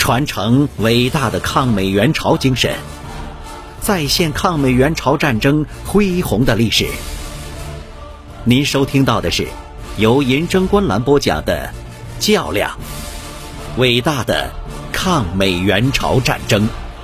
传承伟大的抗美援朝精神，再现抗美援朝战争恢宏的历史。您收听到的是由银征观澜播讲的《较量：伟大的抗美援朝战争》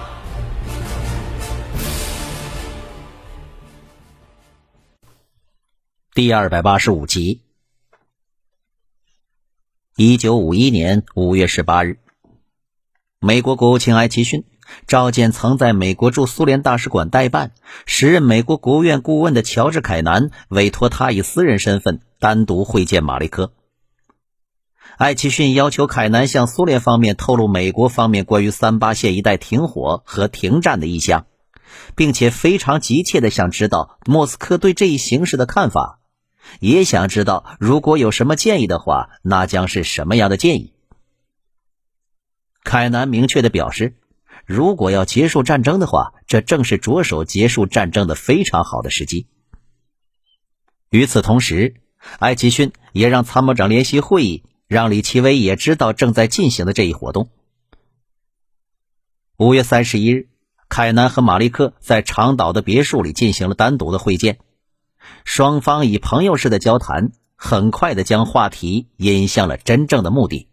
第285集。1951年5月18日，美国国务卿艾奇逊召见曾在美国驻苏联大使馆代办、时任美国国务院顾问的乔治·凯南，委托他以私人身份单独会见马利克。艾奇逊要求凯南向苏联方面透露美国方面关于38线一带停火和停战的意向，并且非常急切地想知道莫斯科对这一形势的看法，也想知道如果有什么建议的话，那将是什么样的建议。凯南明确地表示，如果要结束战争的话，这正是着手结束战争的非常好的时机。与此同时，艾奇逊也让参谋长联席会议让李奇微也知道正在进行的这一活动。5月31日，凯南和马利克在长岛的别墅里进行了单独的会见，双方以朋友式的交谈，很快地将话题引向了真正的目的。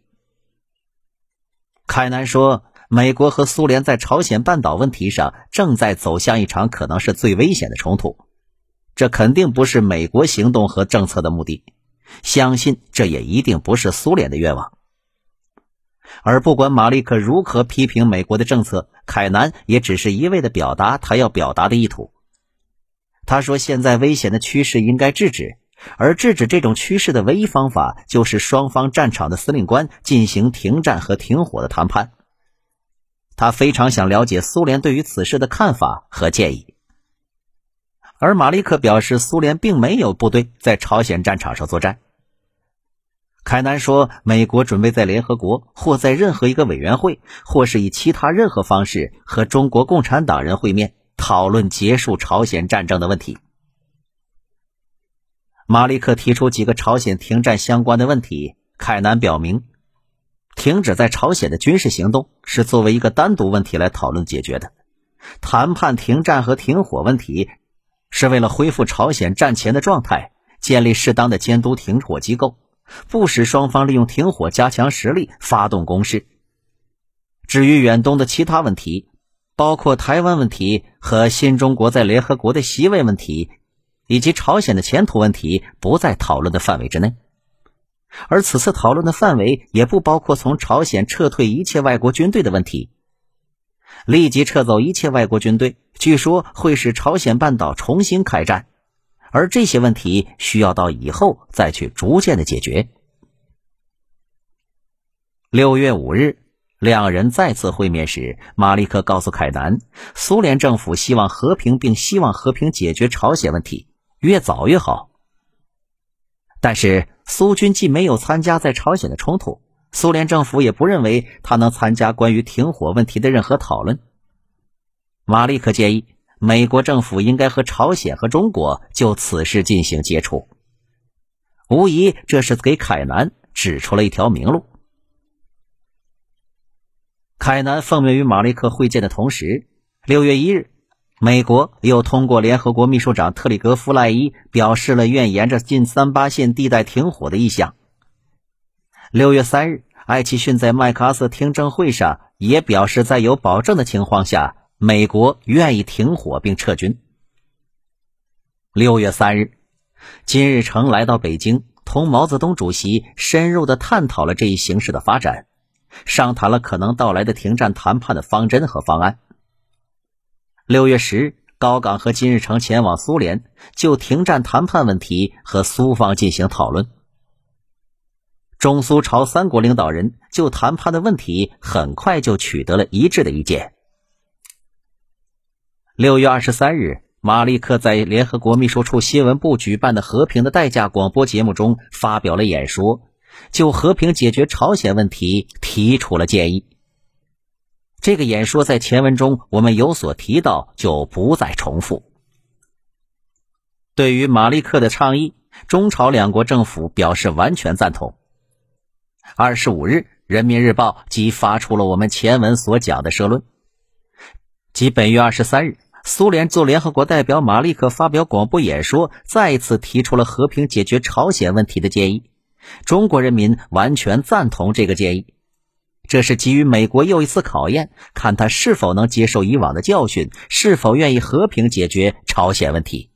凯南说，美国和苏联在朝鲜半岛问题上正在走向一场可能是最危险的冲突，这肯定不是美国行动和政策的目的，相信这也一定不是苏联的愿望。而不管马利克如何批评美国的政策，凯南也只是一味地表达他要表达的意图。他说，现在危险的趋势应该制止，而制止这种趋势的唯一方法就是双方战场的司令官进行停战和停火的谈判。他非常想了解苏联对于此事的看法和建议。而马利克表示，苏联并没有部队在朝鲜战场上作战。凯南说，美国准备在联合国或在任何一个委员会，或是以其他任何方式和中国共产党人会面，讨论结束朝鲜战争的问题。马利克提出几个朝鲜停战相关的问题，凯南表明，停止在朝鲜的军事行动是作为一个单独问题来讨论解决的，谈判停战和停火问题是为了恢复朝鲜战前的状态，建立适当的监督停火机构，不使双方利用停火加强实力，发动攻势。至于远东的其他问题，包括台湾问题和新中国在联合国的席位问题，以及朝鲜的前途问题，不在讨论的范围之内。而此次讨论的范围也不包括从朝鲜撤退一切外国军队的问题。立即撤走一切外国军队，据说会使朝鲜半岛重新开战，而这些问题需要到以后再去逐渐的解决。6月5日，两人再次会面时，马利克告诉凯南，苏联政府希望和平，并希望和平解决朝鲜问题，越早越好。但是苏军既没有参加在朝鲜的冲突，苏联政府也不认为他能参加关于停火问题的任何讨论。马利克建议美国政府应该和朝鲜和中国就此事进行接触，无疑这是给凯南指出了一条明路。凯南奉命与马利克会见的同时，6月1日，美国又通过联合国秘书长特里格夫赖伊表示了愿沿着近38线地带停火的意向。6月3日，艾奇逊在麦克阿瑟听证会上也表示，在有保证的情况下，美国愿意停火并撤军。6月3日，金日成来到北京，同毛泽东主席深入地探讨了这一形势的发展，商谈了可能到来的停战谈判的方针和方案。6月10日，高岗和金日成前往苏联，就停战谈判问题和苏方进行讨论。中苏朝三国领导人就谈判的问题很快就取得了一致的意见。6月23日，马利克在联合国秘书处新闻部举办的和平的代价广播节目中发表了演说，就和平解决朝鲜问题提出了建议。这个演说在前文中我们有所提到，就不再重复。对于马利克的倡议，中朝两国政府表示完全赞同。25日， 人民日报即发出了我们前文所讲的社论。即本月23日，苏联驻联合国代表马利克发表广播演说，再次提出了和平解决朝鲜问题的建议。中国人民完全赞同这个建议，这是基于美国又一次考验，看他是否能接受以往的教训，是否愿意和平解决朝鲜问题。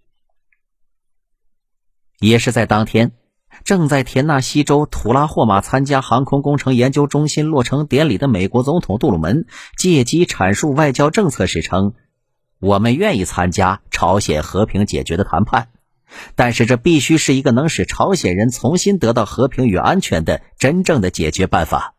也是在当天，正在田纳西州土拉霍马参加航空工程研究中心落成典礼的美国总统杜鲁门借机阐述外交政策时称，我们愿意参加朝鲜和平解决的谈判，但是这必须是一个能使朝鲜人重新得到和平与安全的真正的解决办法。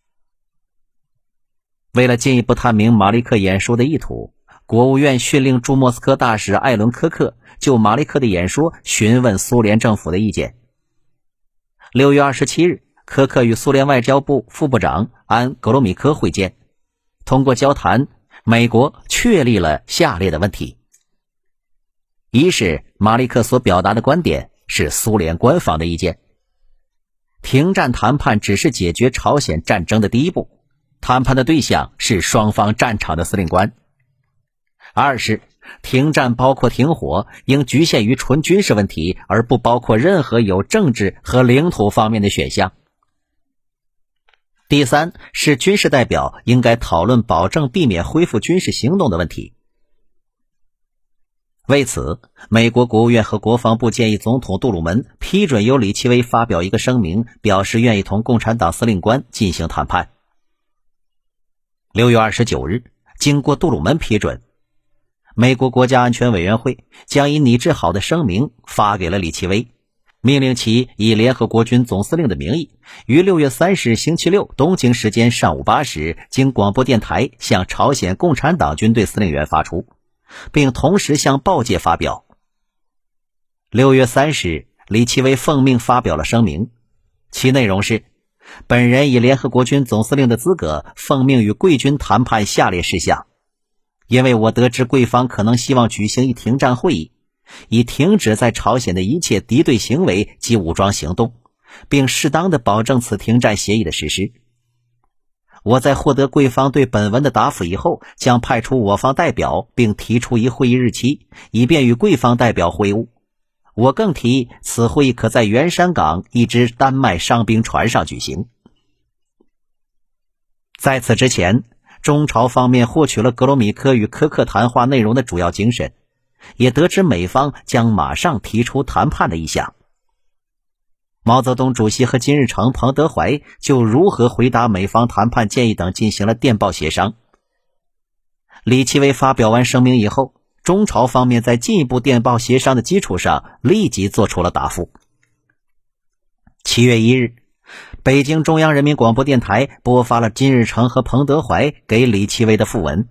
为了进一步探明马利克演说的意图，国务院训令驻莫斯科大使艾伦·科克就马利克的演说询问苏联政府的意见。6月27日，科克与苏联外交部副部长安·格罗米科会见，通过交谈，美国确立了下列的问题：一是马利克所表达的观点是苏联官方的意见，停战谈判只是解决朝鲜战争的第一步，谈判的对象是双方战场的司令官。二是停战包括停火，应局限于纯军事问题，而不包括任何有政治和领土方面的选项。第三是军事代表应该讨论保证避免恢复军事行动的问题。为此，美国国务院和国防部建议总统杜鲁门批准由李奇微发表一个声明，表示愿意同共产党司令官进行谈判。6月29日，经过杜鲁门批准，美国国家安全委员会将以拟制好的声明发给了李奇微，命令其以联合国军总司令的名义，于6月30日星期六东京时间上午8时，经广播电台向朝鲜共产党军队司令员发出，并同时向报界发表。6月30日，李奇微奉命发表了声明，其内容是：本人以联合国军总司令的资格，奉命与贵军谈判下列事项。因为我得知贵方可能希望举行一停战会议，以停止在朝鲜的一切敌对行为及武装行动，并适当的保证此停战协议的实施。我在获得贵方对本文的答复以后，将派出我方代表，并提出一会议日期，以便与贵方代表会晤。我更提议此会议可在元山港一支丹麦伤兵船上举行。在此之前，中朝方面获取了格罗米科与科克谈话内容的主要精神，也得知美方将马上提出谈判的意向。毛泽东主席和金日成、彭德怀就如何回答美方谈判建议等进行了电报协商。李奇微发表完声明以后，中朝方面在进一步电报协商的基础上立即做出了答复。7月1日，北京中央人民广播电台播发了金日成和彭德怀给李奇微的讣文。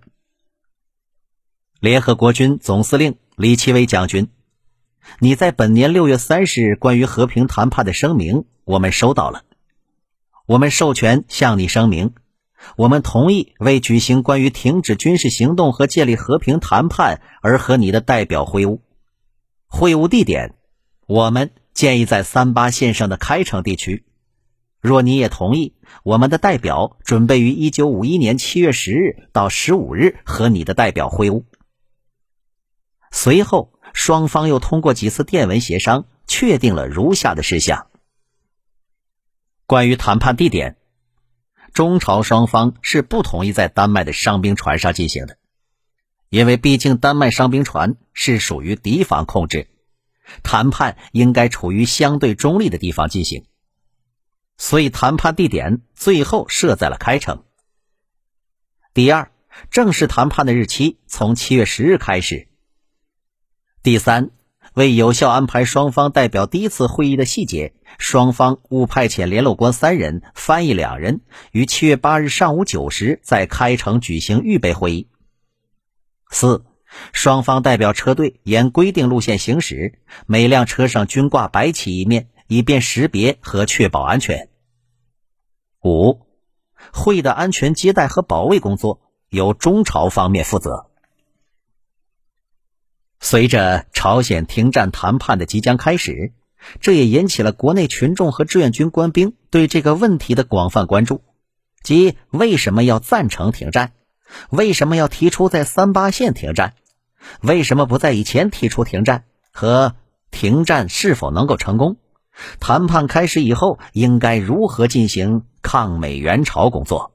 联合国军总司令李奇微将军，你在本年6月30日关于和平谈判的声明，我们收到了。我们授权向你声明，我们同意为举行关于停止军事行动和建立和平谈判而和你的代表会晤。会晤地点，我们建议在38线上的开城地区。若你也同意，我们的代表准备于1951年7月10日到15日和你的代表会晤。随后，双方又通过几次电文协商，确定了如下的事项。关于谈判地点，中朝双方是不同意在丹麦的伤兵船上进行的，因为毕竟丹麦伤兵船是属于敌方控制，谈判应该处于相对中立的地方进行，所以谈判地点最后设在了开城。第二，正式谈判的日期从7月10日开始。第三，为有效安排双方代表第一次会议的细节，双方务派遣联络官3人，翻译2人，于7月8日上午9时在开城举行预备会议。4. 双方代表车队沿规定路线行驶，每辆车上均挂白旗一面，以便识别和确保安全。5. 会议的安全接待和保卫工作由中朝方面负责。随着朝鲜停战谈判的即将开始， 这也引起了国内群众和志愿军官兵对这个问题的广泛关注，即为什么要赞成停战？为什么要提出在38线停战？为什么不在以前提出停战？和停战是否能够成功？谈判开始以后应该如何进行抗美援朝工作？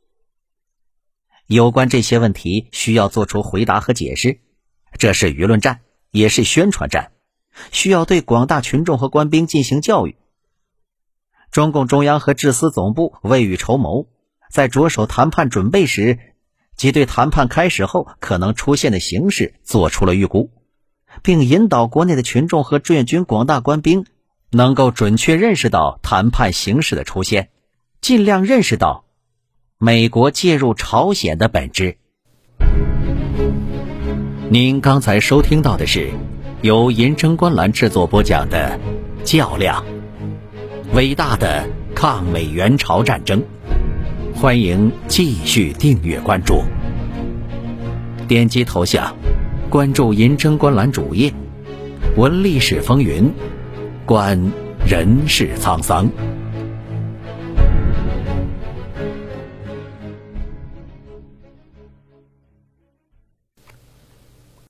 有关这些问题需要做出回答和解释，这是舆论战，也是宣传战，需要对广大群众和官兵进行教育。中共中央和治司总部未雨绸缪，在着手谈判准备时，即对谈判开始后可能出现的形势做出了预估，并引导国内的群众和志愿军广大官兵能够准确认识到谈判形势的出现，尽量认识到美国介入朝鲜的本质。您刚才收听到的是由银城观澜制作播讲的《较量：伟大的抗美援朝战争》，欢迎继续订阅关注，点击头像关注银城观澜主页，闻历史风云，观人世沧桑。